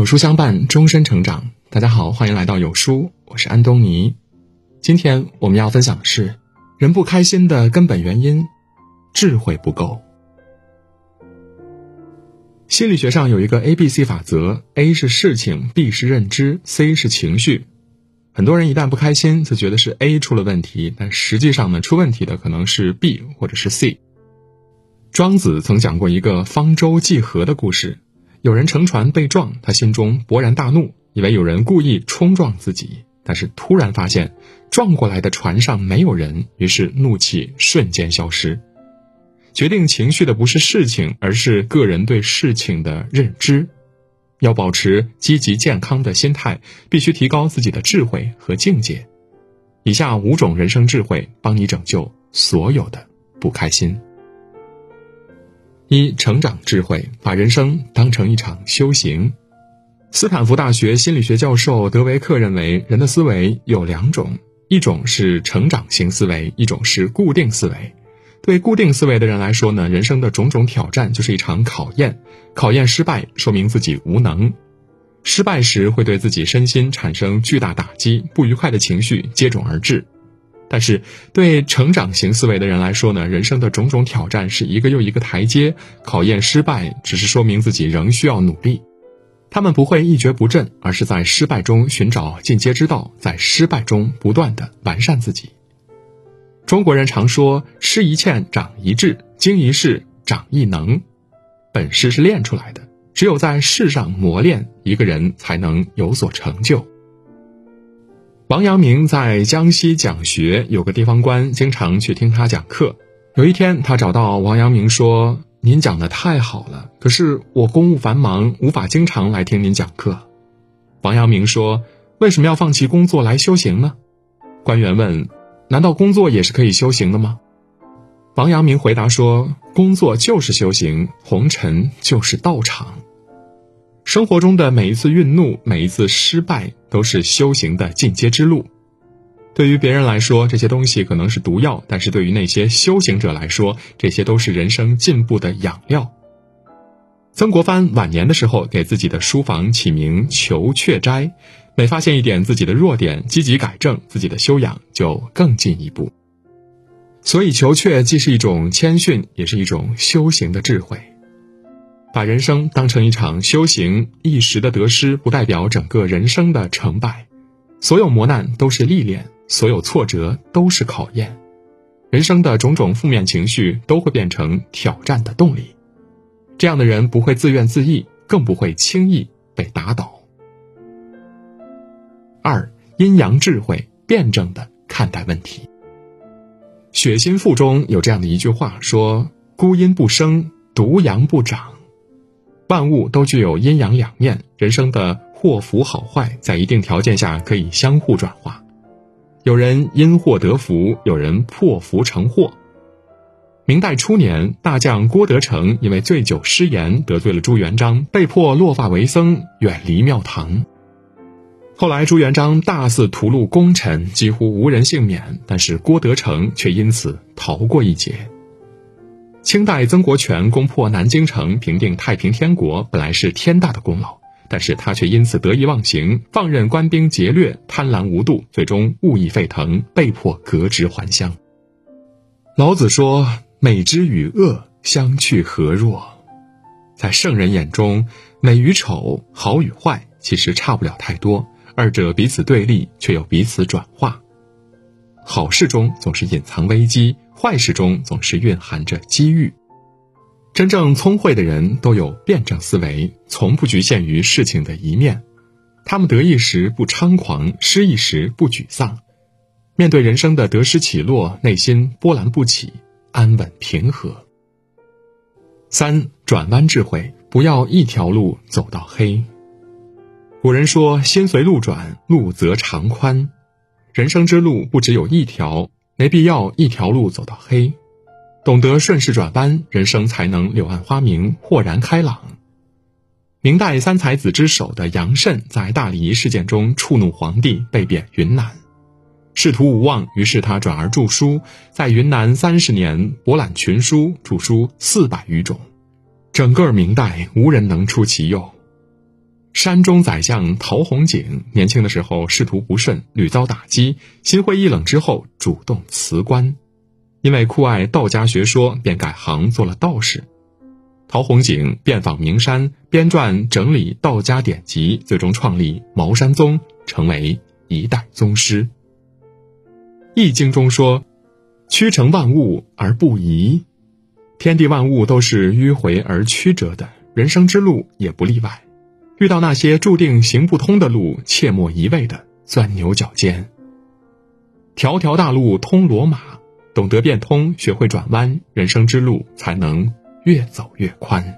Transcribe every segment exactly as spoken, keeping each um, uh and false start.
书相伴，终身成长。大家好，欢迎来到有书，我是安东尼。今天我们要分享的是，人不开心的根本原因，智慧不够。心理学上有一个 A B C 法则， A 是事情， B 是认知， C 是情绪。很多人一旦不开心，就觉得是 A 出了问题，但实际上呢，出问题的可能是 B 或者是 C。 庄子曾讲过一个方舟济河的故事，有人乘船被撞，他心中勃然大怒，以为有人故意冲撞自己，但是突然发现撞过来的船上没有人，于是怒气瞬间消失。决定情绪的不是事情，而是个人对事情的认知。要保持积极健康的心态，必须提高自己的智慧和境界。以下五种人生智慧帮你拯救所有的不开心。一、成长智慧，把人生当成一场修行。斯坦福大学心理学教授德维克认为，人的思维有两种，一种是成长型思维，一种是固定思维。对固定思维的人来说呢，人生的种种挑战就是一场考验，考验失败说明自己无能。失败时会对自己身心产生巨大打击，不愉快的情绪接踵而至。但是对成长型思维的人来说呢，人生的种种挑战是一个又一个台阶，考验失败只是说明自己仍需要努力。他们不会一蹶不振，而是在失败中寻找进阶之道，在失败中不断地完善自己。中国人常说，失一堑长一智，经一事长一能。本事是练出来的，只有在事上磨练，一个人才能有所成就。王阳明在江西讲学，有个地方官经常去听他讲课。有一天他找到王阳明说，您讲得太好了，可是我公务繁忙，无法经常来听您讲课。王阳明说，为什么要放弃工作来修行呢？官员问，难道工作也是可以修行的吗？王阳明回答说，工作就是修行，红尘就是道场。生活中的每一次愠怒，每一次失败，都是修行的进阶之路。对于别人来说，这些东西可能是毒药，但是对于那些修行者来说，这些都是人生进步的养料。曾国藩晚年的时候，给自己的书房起名求雀斋，每发现一点自己的弱点，积极改正，自己的修养就更进一步。所以求雀既是一种谦逊，也是一种修行的智慧。把人生当成一场修行，一时的得失不代表整个人生的成败。所有磨难都是历练，所有挫折都是考验。人生的种种负面情绪都会变成挑战的动力。这样的人不会自怨自艾，更不会轻易被打倒。二、阴阳智慧，辩证地看待问题。血心赋中有这样的一句话说，孤阴不生，独阳不长。万物都具有阴阳两面，人生的祸福好坏在一定条件下可以相互转化。有人因祸得福，有人破福成祸。明代初年，大将郭德成因为醉酒失言得罪了朱元璋，被迫落发为僧，远离庙堂。后来朱元璋大肆屠戮功臣，几乎无人幸免，但是郭德成却因此逃过一劫。清代曾国荃攻破南京城，平定太平天国，本来是天大的功劳，但是他却因此得意忘形，放任官兵劫掠，贪婪无度，最终物议沸腾，被迫革职还乡。老子说，美之与恶相去何若？在圣人眼中，美与丑，好与坏其实差不了太多，二者彼此对立，却又彼此转化。好事中总是隐藏危机，坏事中总是蕴含着机遇。真正聪慧的人都有辩证思维，从不局限于事情的一面。他们得意时不猖狂，失意时不沮丧。面对人生的得失起落，内心波澜不起，安稳平和。三、转弯智慧，不要一条路走到黑。古人说，心随路转，路则长宽。人生之路不只有一条，没必要一条路走到黑。懂得顺势转弯，人生才能柳暗花明，豁然开朗。明代三才子之首的杨慎在大礼仪事件中触怒皇帝，被贬云南。仕途无望，于是他转而著书，在云南三十年博览群书，著书四百余种。整个明代无人能出其右。 山中宰相陶弘景年轻的时候仕途不顺，屡遭打击，心灰意冷之后主动辞官，因为酷爱道家学说，便改行做了道士。陶弘景遍访名山，编撰整理道家典籍，最终创立茅山宗，成为一代宗师。易经中说，曲成万物而不移，天地万物都是迂回而曲折的，人生之路也不例外。遇到那些注定行不通的路，切莫一味的钻牛角尖。条条大路通罗马，懂得变通，学会转弯，人生之路才能越走越宽。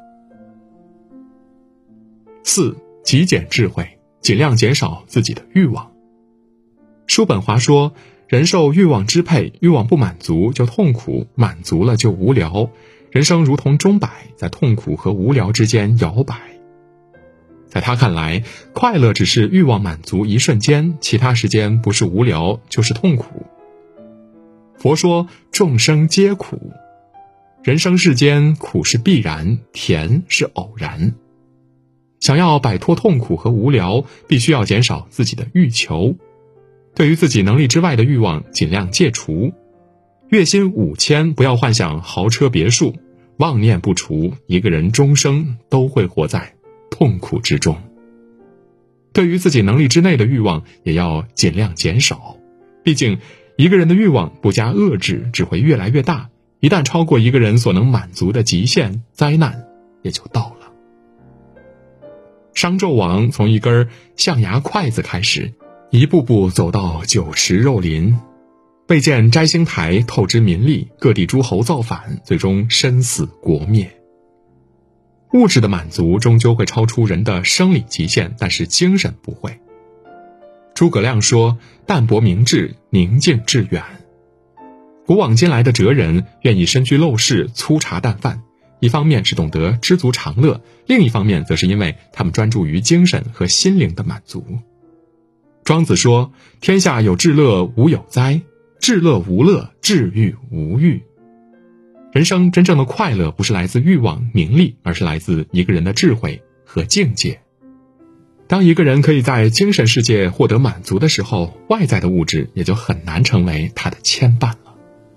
四、极简智慧，尽量减少自己的欲望。叔本华说，人受欲望支配，欲望不满足就痛苦，满足了就无聊，人生如同钟摆，在痛苦和无聊之间摇摆。在他看来，快乐只是欲望满足一瞬间，其他时间不是无聊就是痛苦。佛说，众生皆苦，人生世间苦是必然，甜是偶然。想要摆脱痛苦和无聊，必须要减少自己的欲求，对于自己能力之外的欲望尽量戒除。月薪五千，不要幻想豪车别墅，妄念不除，一个人终生都会活在痛苦之中。对于自己能力之内的欲望也要尽量减少，毕竟一个人的欲望不加遏制只会越来越大，一旦超过一个人所能满足的极限，灾难也就到了。商纣王从一根象牙筷子开始，一步步走到酒池肉林，未见摘星台，透支民力，各地诸侯造反，最终身死国灭。物质的满足终究会超出人的生理极限，但是精神不会。诸葛亮说，淡泊明志，宁静致远。古往今来的哲人愿意身居陋室，粗茶淡饭，一方面是懂得知足常乐，另一方面则是因为他们专注于精神和心灵的满足。庄子说，天下有至乐无有哉，至乐无乐，至欲无欲。人生真正的快乐不是来自欲望、名利，而是来自一个人的智慧和境界。当一个人可以在精神世界获得满足的时候，外在的物质也就很难成为他的牵绊了。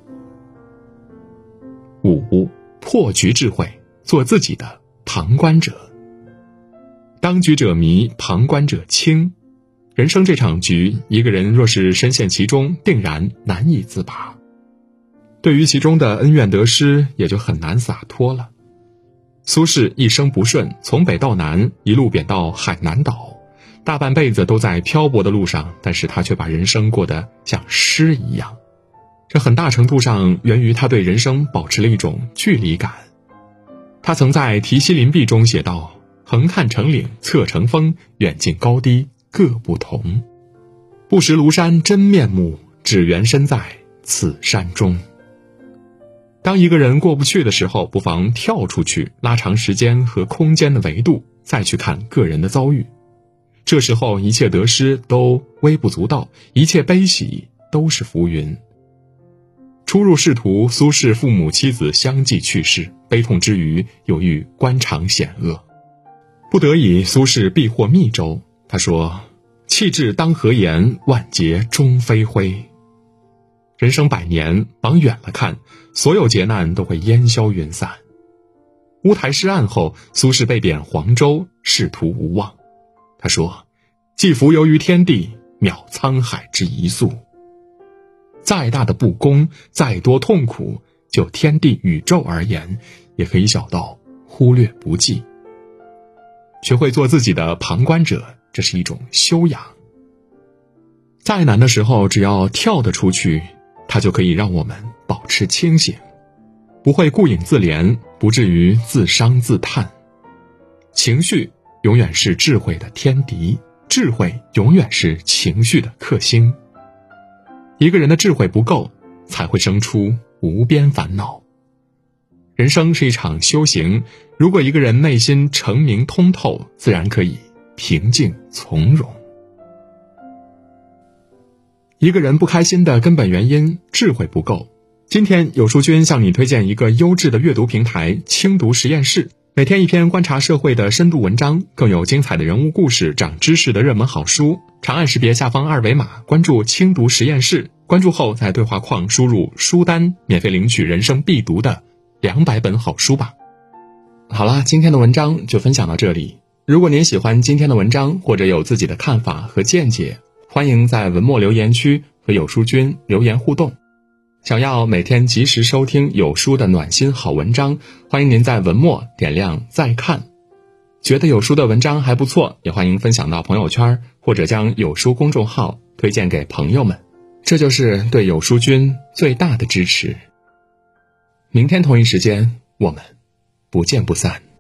五、破局智慧，做自己的旁观者。当局者迷，旁观者清。人生这场局，一个人若是深陷其中，定然难以自拔。对于其中的恩怨得失，也就很难洒脱了。苏轼一生不顺，从北到南，一路贬到海南岛，大半辈子都在漂泊的路上，但是他却把人生过得像诗一样。这很大程度上源于他对人生保持了一种距离感。他曾在《题西林壁》中写道，横看成岭侧成峰，远近高低各不同。不识庐山真面目，只缘身在此山中。当一个人过不去的时候，不妨跳出去，拉长时间和空间的维度，再去看个人的遭遇。这时候一切得失都微不足道，一切悲喜都是浮云。初入仕途，苏轼父母妻子相继去世，悲痛之余又遇官场险恶，不得已苏轼避祸密州。他说，弃智当何言，万劫终飞灰。人生百年，往远了看，所有劫难都会烟消云散。乌台诗案后，苏轼被贬黄州，仕途无望。他说，既浮游于天地，渺沧海之一粟。再大的不公，再多痛苦，就天地宇宙而言，也可以小到忽略不计。学会做自己的旁观者，这是一种修养。再难的时候，只要跳得出去，它就可以让我们保持清醒，不会顾影自怜，不至于自伤自叹。情绪永远是智慧的天敌，智慧永远是情绪的克星。一个人的智慧不够，才会生出无边烦恼。人生是一场修行，如果一个人内心澄明通透，自然可以平静从容。一个人不开心的根本原因，智慧不够。今天有书君向你推荐一个优质的阅读平台，轻读实验室， 每天一篇观察社会的深度文章，更有精彩的人物故事、长知识的热门好书。长按识别下方二维码，关注轻读实验室。关注后，在对话框输入书单，免费领取人生必读的两百本好书吧。好啦，今天的文章就分享到这里。如果您喜欢今天的文章，或者有自己的看法和见解，欢迎在文末留言区和有书君留言互动。想要每天及时收听有书的暖心好文章，欢迎您在文末点亮再看。觉得有书的文章还不错，也欢迎分享到朋友圈，或者将有书公众号推荐给朋友们，这就是对有书君最大的支持。明天同一时间，我们不见不散。